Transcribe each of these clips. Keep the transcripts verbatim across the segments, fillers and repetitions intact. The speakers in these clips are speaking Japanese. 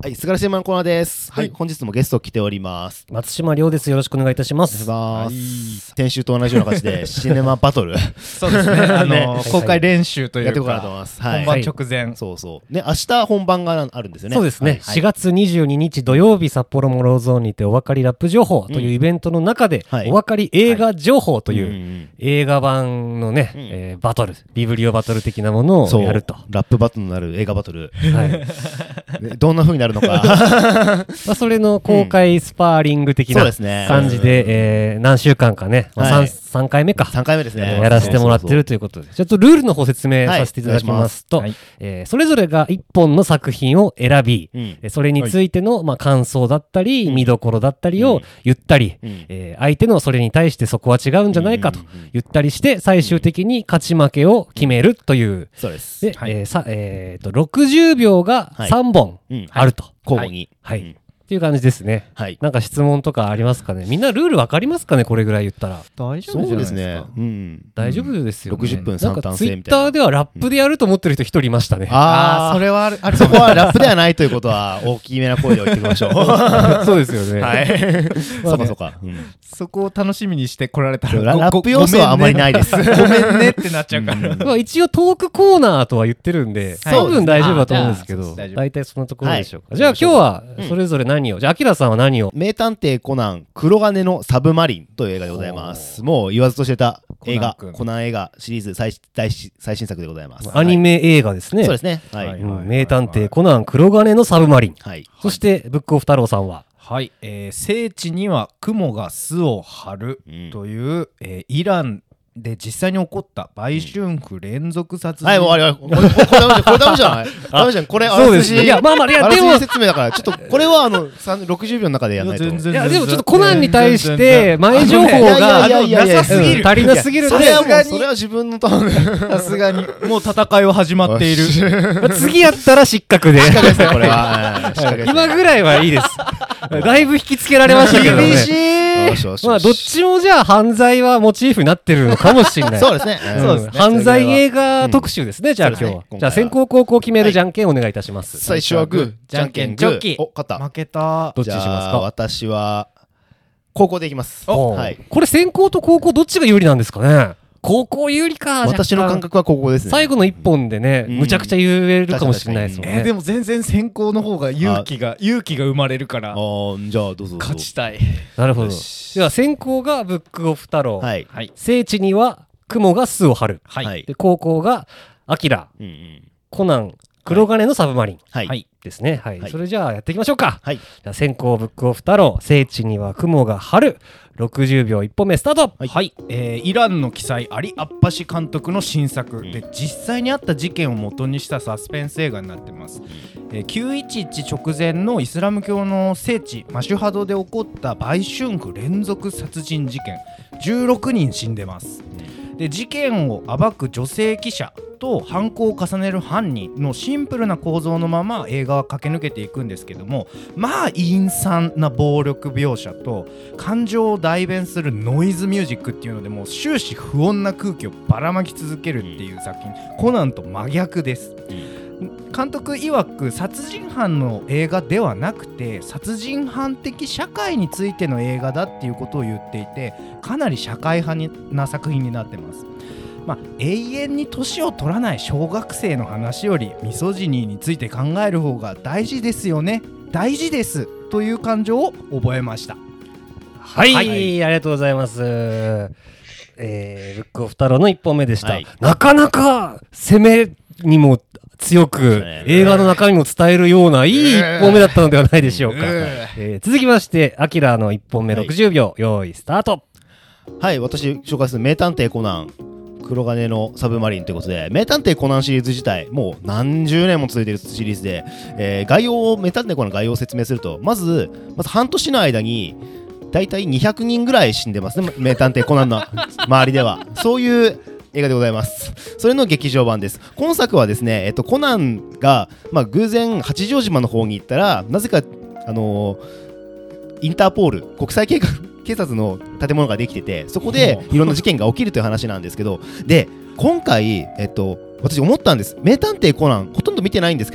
はい、すがらしまのコーナーです。はい、 はい、 本日もゲスト来ております。 松島亮です。よろしくお願いいたします。 はい、先週と同じような感じでシネマバトルそうですね、あのーはい公開練習というかやっていこうかなと思います。はい、 本番直前、 そうそうね、明日本番があるんですよね。 そうですね、 はい、 しがつにじゅうににち土曜日、札幌モローゾーンにてお分かりラップ情報というイベントの中で、 うんはい、 お分かり映画情報という、 はい、うんうん、 映画版のね、 うんえー、バトルビブリオバトル的なものをやると。 ラップバトルになる映画バトル、 はいね、どんな風になるのかまあそれの公開スパーリング的な感じで、 うんで、えー、何週間かね、まあ 3, はい、 さんかいめかさんかいめですね、 やらせてもらってるということで、ちょっとルールの方説明させていただきますと、 はい、 えー、それぞれがいっぽんの作品を選び、 うん、 それについての、まあ、感想だったり、 うん、 見どころだったりを言ったり、 うん、 えー、相手のそれに対してそこは違うんじゃないかと言ったりして、最終的に勝ち負けを決めるという、 そうです。 で、 はい、 えーさえー、とろくじゅうびょうがさんぼんあると、 はい、交互に、 はい、はい、 うんっていう感じですね。はい。なんか質問とかありますかね。みんなルールわかりますかね。これぐらい言ったら。 大丈夫じゃないですか。そうですね。 うん。 大丈夫ですよね。 ろくじゅっぷんさん単性みたいな。 ツイッターではラップでやると思ってる人一人いましたね。 うん、ああ、それはある。あるそこはラップではないということは大きめな声で言っておきましょう。 そうですよね。 はい。そうかそうか。うん、 そこを楽しみにして来られたらラップ要素はあまりないです。 ごめんねってなっちゃうから。 まあ一応トークコーナーとは言ってるんで、多分大丈夫だと思うんですけど、大体そのところでしょうか。じゃあ今日はそれぞれ何を、じゃあアキラさんは何を？ 名探偵コナン黒金のサブマリンという映画でございます。もう言わずとしてた映画、コナン映画シリーズ 最, 最, 最新作でございます。 アニメ映画ですね。 そうですね。はい。 名探偵コナン黒金のサブマリン。はい。そしてブックオフ太郎さんは、 はい、えー、聖地には雲が巣を張るという、うん、えー、イランで実際に起こった売春婦連続殺人、 はい、もうあれこれこれこれダメじゃないダメじゃんこれあらすじ、 いやまあまあいやでも説明だからちょっとこれはあのろくじゅうびょうの中でやらないと。 いやでもちょっとコナンに対して前情報がなさすぎる、足りなすぎる。 それはもうそれは自分のため。 さすがにもう戦いは始まっている。 次やったら失格で。 失格ですねこれは。 今ぐらいはいいです。だいぶ引きつけられましたけどね。 厳しい。 まあどっちもじゃあ犯罪はモチーフになってるのかもしれない。 そうですね。 そうですね。犯罪映画特集ですね。じゃあ今日は。じゃあ先攻後攻決めるじゃんけんお願いいたします。 最初はグー、じゃんけんグー。お、勝った。 負けた。 どっちにしますか？ 私は後攻でいきます。はい。 これ先攻と後攻どっちが有利なんですかね？後攻有利か。 私の感覚は後攻ですね。 最後の一本でね、むちゃくちゃ言えるかもしれないですもんね。 でも全然先攻の方が勇気が勇気が生まれるから。 ああ、じゃあどうぞ。 勝ちたい。 なるほど。では先攻がブックオフ太郎。 はい。 聖地には雲が巣を張る。はい。で後攻がアキラ、コナン、黒金のサブマリン。はい。ですね。はい。それじゃあやっていきましょうか。はい。じゃあ先攻ブックオフ太郎、聖地には雲が張る。ろくじゅうびょういっぽんめスタート。 はい、はい、えー、イランの奇才アリ・アッパシ監督の新作、うん、で実際にあった事件を元にしたサスペンス映画になってます、えー、きゅういちいち直前のイスラム教の聖地マシュハドで起こった売春婦連続殺人事件、じゅうろくにん死んでます、うん、で事件を暴く女性記者と犯行を重ねる犯人のシンプルな構造のまま映画は駆け抜けていくんですけども、まあ陰惨な暴力描写と感情を代弁するノイズミュージックっていうのでもう終始不穏な空気をばらまき続けるっていう作品、コナンと真逆です。監督曰く殺人犯の映画ではなくて殺人犯的社会についての映画だっていうことを言っていて、かなり社会派な作品になってます。まあ、永遠に年を取らない小学生の話よりミソジニーについて考える方が大事ですよね、大事ですという感情を覚えました。 はい、はい、ありがとうございます。えー、ブックオフ太郎のいっぽんめでした、はい、なかなか攻めにも強く映画の中身も伝えるようないいいっぽんめだったのではないでしょうか、えー、続きましてアキラのいっぽんめろくじゅうびょう、用意スタート。 はい、私紹介する名探偵コナン黒金のサブマリンということで、名探偵コナンシリーズ自体もう何十年も続いているシリーズで、えー、概要を名探偵コナンの概要を説明すると、まずまず半年の間にだいたいにひゃくにんぐらい死んでますね、名探偵コナンの周りでは。そういう映画でございます。それの劇場版です。今作はですね、えっと、コナンが、まあ、偶然八丈島の方に行ったら、なぜか、あのー、インターポール国際警察の建物ができてて、そこでいろんな事件が起きるという話なんですけど、で今回、えっと、私思ったんです。名探偵コナンほとんど見てないんですけど、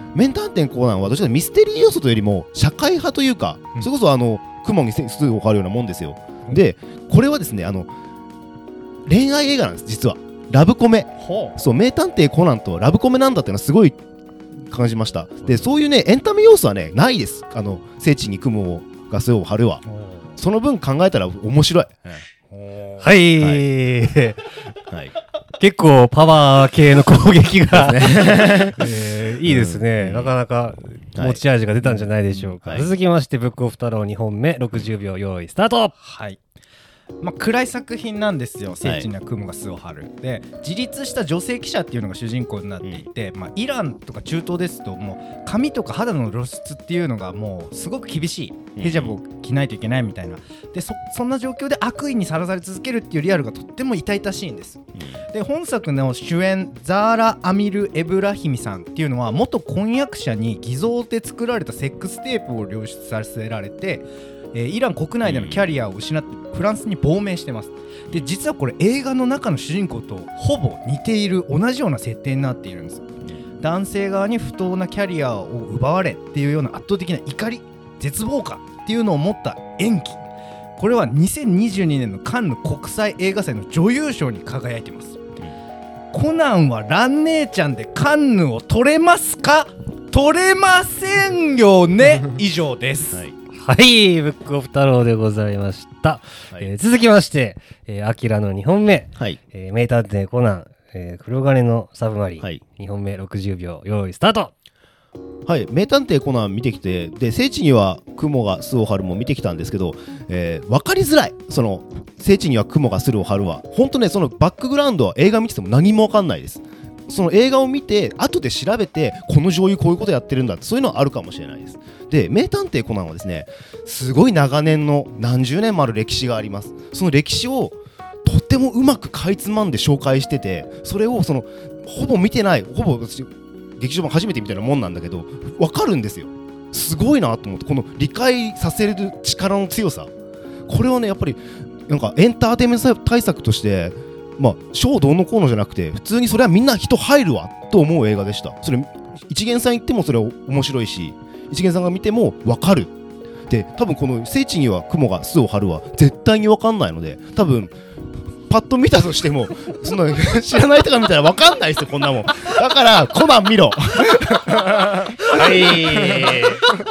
名探偵コナンはどちらかというとミステリー要素というよりも社会派というか、うん、それこそあの雲に巣を張るようなもんですよ、うん、でこれはですねあの恋愛映画なんです実は。ラブコメ、そう名探偵コナンとラブコメなんだっていうのはすごい感じました。でそういうねエンタメ要素はねないです。あの聖地に雲が巣を張るはその分考えたら面白い。 はい、はいはい、結構パワー系の攻撃が、ねえー、いいですね、うん、なかなか持ち味が出たんじゃないでしょうか、はい、続きましてブックオフ太郎にほんめろくじゅうびょう用意スタート。 はい、まあ、暗い作品なんですよ。聖地には雲が巣を張る、はい、で自立した女性記者っていうのが主人公になっていて、うんまあ、イランとか中東ですともう髪とか肌の露出っていうのがもうすごく厳しい、ヘジャブを着ないといけないみたいなで そ, そんな状況で悪意にさらされ続けるっていうリアルがとっても痛々しいんです、うん、で本作の主演ザーラ・アミル・エブラヒミさんっていうのは元婚約者に偽造で作られたセックステープを流出させられてえー、イラン国内でのキャリアを失ってフランスに亡命してます。で実はこれ映画の中の主人公とほぼ似ている同じような設定になっているんです。男性側に不当なキャリアを奪われっていうような圧倒的な怒り絶望感っていうのを持った演技、これはにせんにじゅうにねんのカンヌ国際映画祭の女優賞に輝いています。コナンはラン姉ちゃんでカンヌを取れますか？取れませんよね以上です、はいはい、ブックオフ太郎でございました、はいえー、続きましてアキラのにほんめ、はいえー、名探偵コナン、えー、黒金のサブマリン、はい、にほんめろくじゅうびょう用意スタート。 はい、名探偵コナン見てきてで聖地には雲が巣を張るも見てきたんですけど、えー、分かりづらい。その聖地には雲が巣を張るは本当ねそのバックグラウンドは映画見てても何も分かんないです。その映画を見て後で調べてこの女優こういうことやってるんだってそういうのはあるかもしれないです。で名探偵コナンはですねすごい長年の何十年もある歴史があります。その歴史をとってもうまくかいつまんで紹介しててそれをそのほぼ見てないほぼ劇場版初めてみたいなもんなんだけど分かるんですよ。すごいなと思ってこの理解させる力の強さこれはねやっぱりなんかエンターテインメント対策としてまあ賞どうのこうのじゃなくて普通にそれはみんな人入るわと思う映画でした。それ一元さん言ってもそれは面白いし一元さんが見ても分かる。で多分この聖地には雲が巣を張るは絶対に分かんないので多分パッと見たとしてもそんな知らない人が見たら分かんないですよこんなもん。だからコナン見ろはい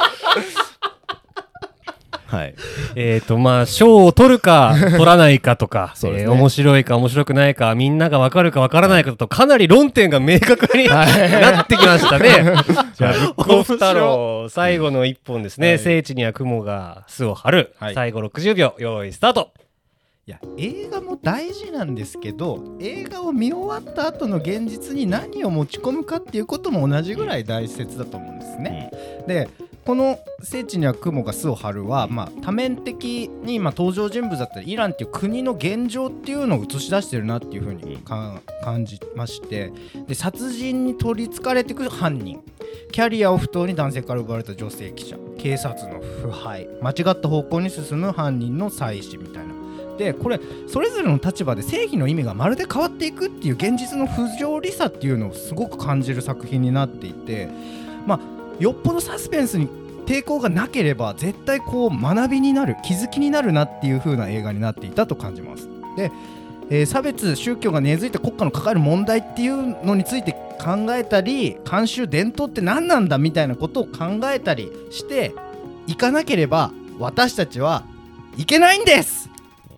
はい、 えーとまあ賞を取るか取らないかとか、ねえー、面白いか面白くないかみんなが分かるか分からないかとかなり論点が明確になってきましたねじゃあブックオフ太郎最後の一本ですね、はい、聖地には雲が巣を張る、はい、最後ろくじゅうびょう用意スタート。 いや映画も大事なんですけど映画を見終わった後の現実に何を持ち込むかっていうことも同じぐらい大切だと思うんですね、うん、でこの聖地には雲が巣を張るは、まあ、多面的に、まあ、登場人物だったりイランっていう国の現状っていうのを映し出してるなっていう風にか感じましてで殺人に取り憑かれていく犯人キャリアを不当に男性から奪われた女性記者警察の腐敗間違った方向に進む犯人の妻子みたいなでこれそれぞれの立場で正義の意味がまるで変わっていくっていう現実の不条理さっていうのをすごく感じる作品になっていてまあよっぽどサスペンスに抵抗がなければ絶対こう学びになる気づきになるなっていう風な映画になっていたと感じます。で、えー、差別宗教が根付いた国家の抱える問題っていうのについて考えたり慣習伝統って何なんだみたいなことを考えたりしていかなければ私たちはいけないんです。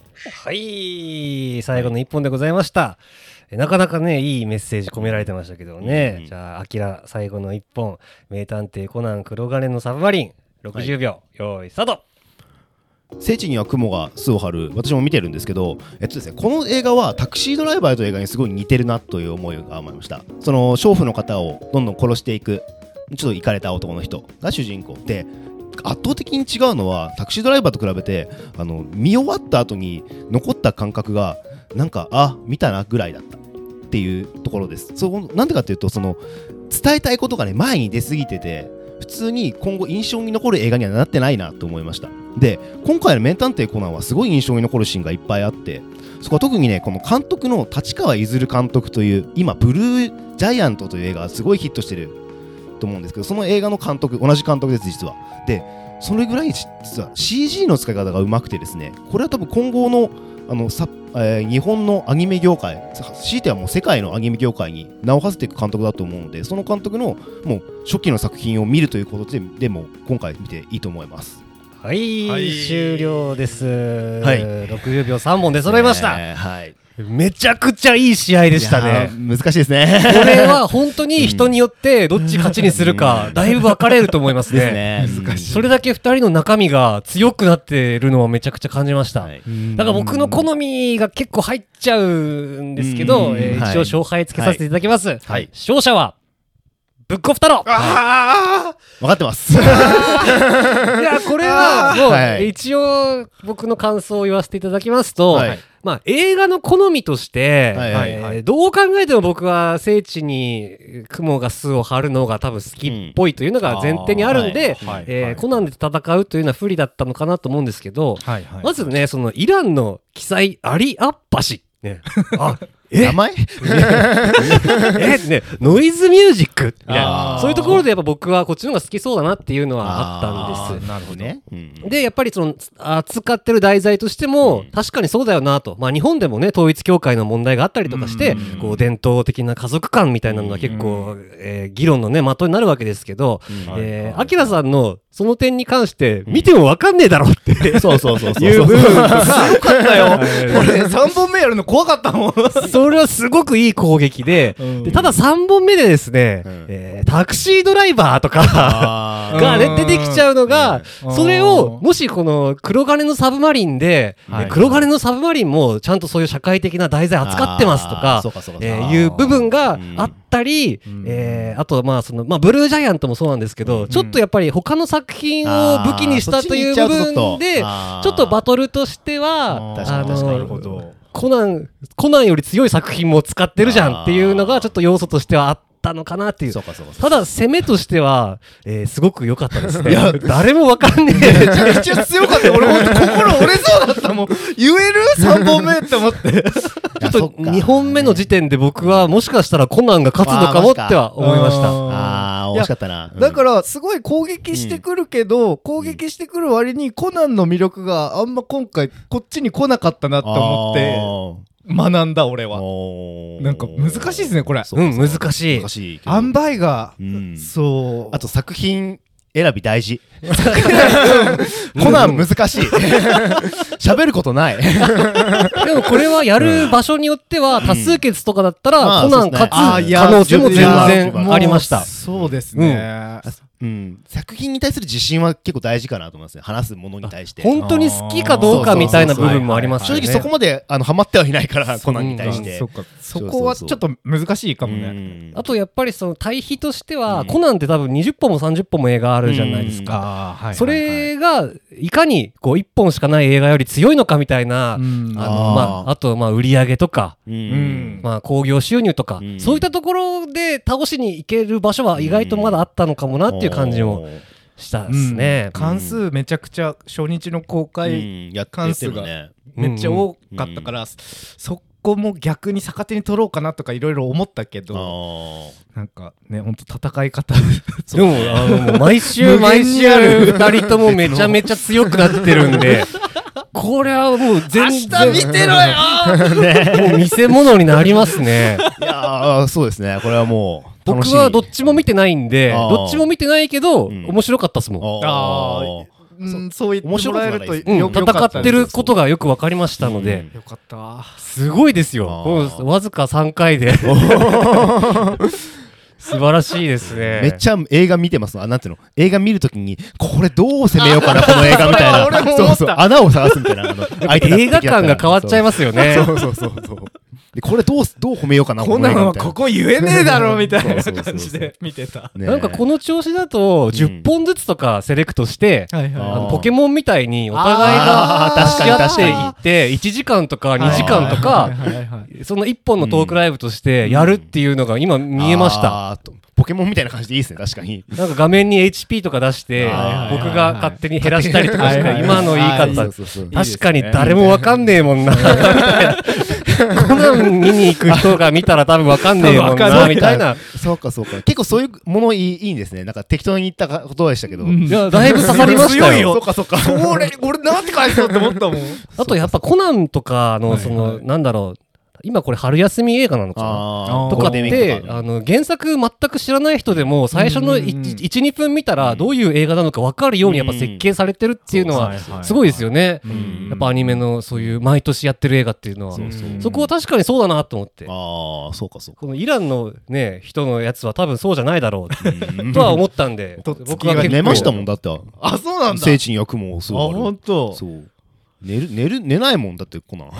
はい最後の一本でございました。なかなかねいいメッセージ込められてましたけどね、うん、じゃあアキラ最後の一本名探偵コナン黒金のサブマリンろくじゅうびょう、はい、用意スタート。 聖地には雲が巣を張る私も見てるんですけど、えっとですね、この映画はタクシードライバーという映画にすごい似てるなという思いが思いました。その娼婦の方をどんどん殺していくちょっとイカれた男の人が主人公で圧倒的に違うのはタクシードライバーと比べてあの見終わった後に残った感覚がなんかあ見たなぐらいだったっていうところです。そうなんでかっていうとその伝えたいことがね前に出過ぎてて普通に今後印象に残る映画にはなってないなと思いました。で今回の名探偵コナンはすごい印象に残るシーンがいっぱいあってそこは特にねこの監督の立川譲監督という今ブルージャイアントという映画がすごいヒットしてると思うんですけど、その映画の監督同じ監督です実は。でそれぐらい実は シージー の使い方がうまくてですね、これは多分今後のあのさ、えー、日本のアニメ業界、強いてはもう世界のアニメ業界に名を馳せていく監督だと思うので、その監督のもう初期の作品を見るということででも今回見ていいと思います。 はい、はい、終了です、 はい、 ろくじゅうびょうさんぼんで揃いました、 えーはい、 めちゃくちゃいい試合でしたね。 難しいですね。 これは本当に人によってどっち勝ちにするかだいぶ分かれると思いますね。 ですね。難しい。 それだけふたりの中身が強くなってるのはめちゃくちゃ感じました、はい、だから僕の好みが結構入っちゃうんですけど、えー、一応勝敗つけさせていただきます、はいはい、勝者はブックオフ太郎。 あ分かってますいやこれはもう一応僕の感想を言わせていただきますと、はい、まあ、映画の好みとして、はいはいはいえー、どう考えても僕は聖地に雲が巣を張るのが多分好きっぽいというのが前提にあるんで、うんえーはい、コナンで戦うというのは不利だったのかなと思うんですけど、はいはい、まずねそのイランの奇才アリ・アッパシ、ね、あえ名前えねノイズミュージックみたいなそういうところでやっぱ僕はこっちの方が好きそうだなっていうのはあったんです。 なるほどね、うん、 でやっぱりその扱ってる題材としても、うん、確かにそうだよなと、まあ、日本でもね統一教会の問題があったりとかして、うん、こう伝統的な家族観みたいなのが結構、うんえー、議論のね的になるわけですけど、アキラさんのその点に関して見ても分かんねえだろって、うん、 そうそうそうそういう部分がすごかったよ俺さんぼんめやるの怖かったもんそれはすごくいい攻撃 で,、うん、でたださんぼんめでですね、うんえー、タクシードライバーとかが、ね、出てきちゃうのが、うん、それをもしこの黒金のサブマリンで、はい、黒金のサブマリンもちゃんとそういう社会的な題材扱ってますとかいう部分があったり、うんえー、あとまあその、まあ、ブルージャイアントもそうなんですけど、うん、ちょっとやっぱり他の作品を武器にしたという部分でちょっとバトルとしてはあのコナン、コナンより強い作品も使ってるじゃんっていうのがちょっと要素としてはあったのかなっていう。 そうかそうかただ攻めとしては、えー、すごく良かったですね。いや誰もわかんねえ。 めちゃくちゃ強かった。俺ほんと心折れそうだったもん。言える ?さん 本目って思って。 ちょっとにほんめの時点で僕はもしかしたらコナンが勝つのかもっては思いました。 ああ、惜しかったな。 うん、だからすごい攻撃してくるけど、うん、攻撃してくる割にコナンの魅力があんま今回こっちに来なかったなって思って。学んだ俺はなんか難しいですねこれ。 うん難しい難しい塩梅が、 うん、 そうあと作品選び大事コナン難しい喋ることないでもこれはやる場所によっては多数決とかだったら、うん、コナン勝つ可能性も全然ありました。 そうですね、 うんうん、作品に対する自信は結構大事かなと思いますね。話すものに対して本当に好きかどうかみたいな部分もありますよね。正直そこまであのハマってはいないからコナンに対して、 うん、そ, そこはちょっと難しいかもね。うん、 あとやっぱりその対比としては、うん、コナンって多分にじゅっぽんもさんじゅっぽんも映画あるじゃないですか、うん、それがいかにこういっぽんしかない映画より強いのかみたいな、うん、あのまあ、あとまあ売り上げとか、うんまあ、興行収入とか、うん、そういったところで倒しに行ける場所は意外とまだあったのかもなっていう感じもしたですね、 うん、関数めちゃくちゃ初日の公開関数がめっちゃ多かったから、うん、そこも逆に逆手に取ろうかなとかいろいろ思ったけど、なんかねほんと戦い方でもあのもう毎週毎週ふたりともめちゃめちゃ強くなってるんでこれはもう全然明日見てろよね、もう見せ物になりますね。 いやそうですね、これはもう僕はどっちも見てないんでどっちも見てないけど、うん、面白かったっすもん。 あうん、そう言ってもらえると、 うん、よ戦ってることがよく分かりましたので、 うん、よかった。 すごいですよわずかさんかいで素晴らしいですね。 めっちゃ映画見てます。あ、なんていうの、映画見るときにこれどう攻めようかなこの映画みたいな俺もそうそう穴を探すみたいなあの映画館が変わっちゃいますよね。 そうそうそうそうでこれどうどう褒めようかなこんなのはここ言えねえだろみたいな感じで見てた。 なんかこの調子だとじゅっぽんずつとかセレクトして、うん、あのポケモンみたいにお互いが出し合っていっていちじかんとかにじかんとかそのいっぽんのトークライブとしてやるっていうのが今見えました。 ポケモンみたいな感じでいいですね、確かに。 なんか画面に エイチピー とか出してはい僕が勝手に減らしたりとかしてはいはいはい今の言いそう方そうそう確かに誰もわかんねえもんなコナン見に行く人が見たら多分わかんねえもんなみたいな。 そうかそうか。結構そういうものいいいいんですね。なんか適当に言った言葉でしたけど。 いやだいぶ刺さりましたよ。 そうかそうか。 俺俺なんて返そうって思ったもん。 あとやっぱコナンとかのそのなんだろう今これ春休み映画なのかなあーとかっゴールデンウィークとかてあの原作全く知らない人でも最初のうんうんうんいちにふん見たらどういう映画なのか分かるようにやっぱ設計されてるっていうのはすごいですよね。 んやっぱアニメのそういう毎年やってる映画っていうのはそうそうそこは確かにそうだなと思ってああ、そうかそうか。 このイランのね人のやつは多分そうじゃないだろううんとは思ったんでとっつきが僕は結構寝ましたもんだって。 あ、そうなんだ。 聖地に焼くもんすあ、 ごいある。 ほんと。 そう。寝る寝る寝ないもんだってこんな。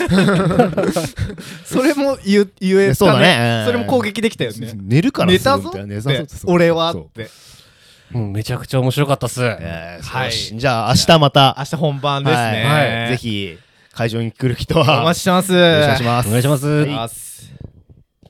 それも言う言えたそうだねうんそれも攻撃できたよね。 寝るから寝たぞすぐみたいな寝ってたぞってそう俺はそうって。 うんめちゃくちゃ面白かったっす。 えーはいよしじゃあ明日また明日本番ですね。 はいぜひ会場に来る人はお待ちしてます。 よろしくお願いしますお願いします。 お願いします。